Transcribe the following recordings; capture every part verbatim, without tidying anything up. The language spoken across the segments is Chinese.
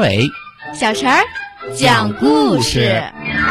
伟、 小陈儿讲故事。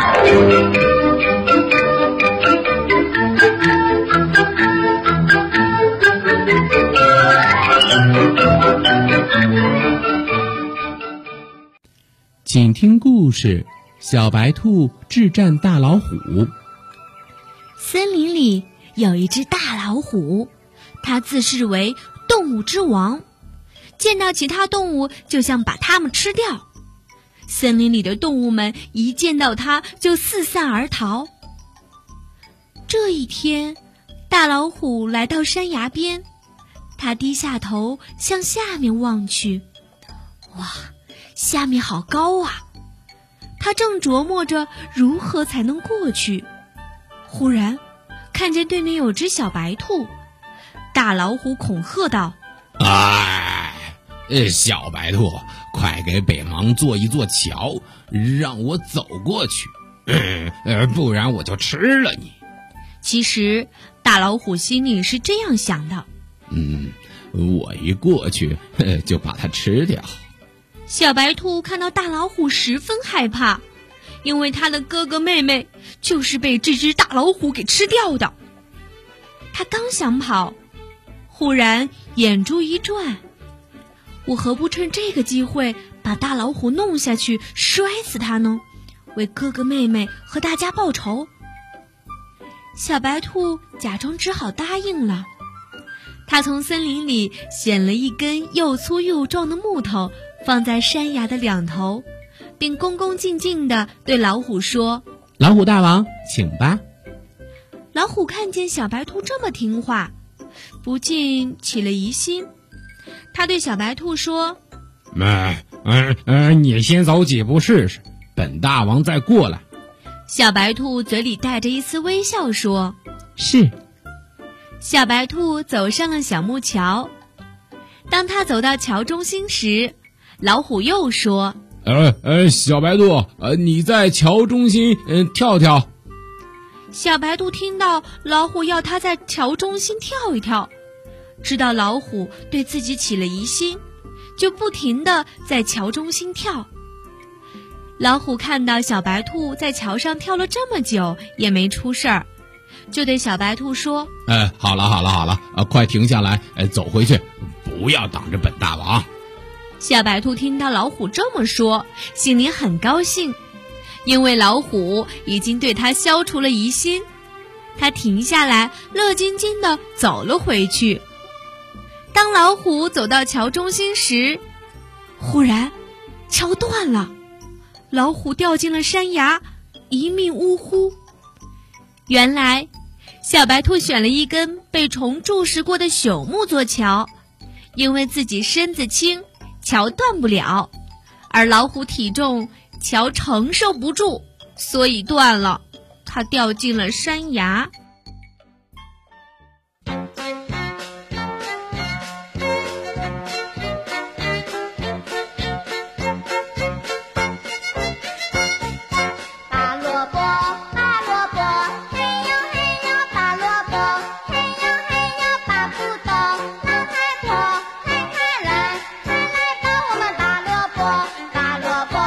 请听故事：小白兔智战大老虎。 森林里有一只大老虎，它自视为动物之王，见到其他动物就想把它们吃掉。森林里的动物们一见到它就四散而逃。这一天，大老虎来到山崖边，它低下头向下面望去，哇，下面好高啊！他正琢磨着如何才能过去，忽然看见对面有只小白兔。大老虎恐吓道： 哎，小白兔，快给北芒做一座桥，让我走过去，呃，不然我就吃了你。 其实大老虎心里是这样想的， 嗯，我一过去就把它吃掉。 小白兔看到大老虎十分害怕，因为他的哥哥妹妹就是被这只大老虎给吃掉的。他刚想跑，忽然眼珠一转，我何不趁这个机会把大老虎弄下去，摔死它呢？为哥哥妹妹和大家报仇。小白兔假装只好答应了。他从森林里捡了一根又粗又壮的木头，放在山崖的两头，并恭恭敬敬地对老虎说： 老虎大王，请吧。 老虎看见小白兔这么听话，不禁起了疑心。他对小白兔说： 嗯嗯嗯，你先走几步试试，本大王再过来。 小白兔嘴里带着一丝微笑说： 是。 小白兔走上了小木桥。当他走到桥中心时，老虎又说： 呃呃，小白兔，呃，你在桥中心嗯、呃、跳跳。 小白兔听到老虎要他在桥中心跳一跳，知道老虎对自己起了疑心，就不停地在桥中心跳。老虎看到小白兔在桥上跳了这么久也没出事儿，就对小白兔说： 呃，好了好了好了，呃，快停下来，呃，走回去，不要挡着本大王。 小白兔听到老虎这么说，心里很高兴，因为老虎已经对他消除了疑心。他停下来，乐津津地走了回去。当老虎走到桥中心时，忽然桥断了，老虎掉进了山崖，一命呜呼。原来小白兔选了一根被虫蛀蚀过的朽木做桥，因为自己身子轻，桥断不了，而老虎体重，桥承受不住，所以断了，它掉进了山崖。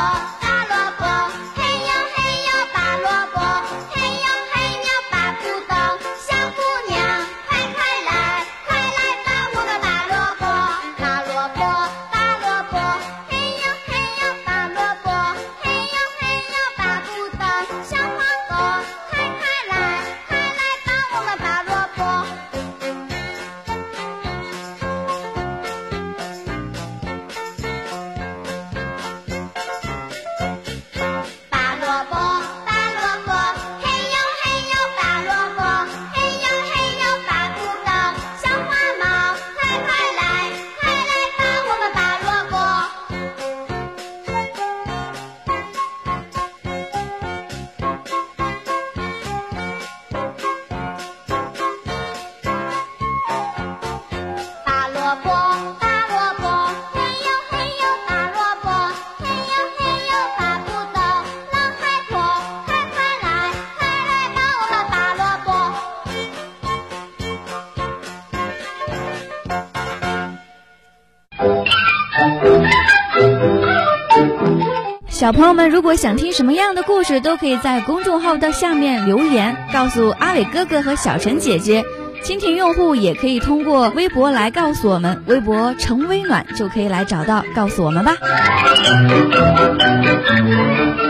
嘿呦嘿呦，拔萝卜，嘿呦嘿呦，拔土豆。 小朋友们如果想听什么样的故事，都可以在公众号的下面留言，告诉阿伟哥哥和小陈姐姐。蜻蜓用户也可以通过微博来告诉我们，微博陈微暖就可以来找到，告诉我们吧。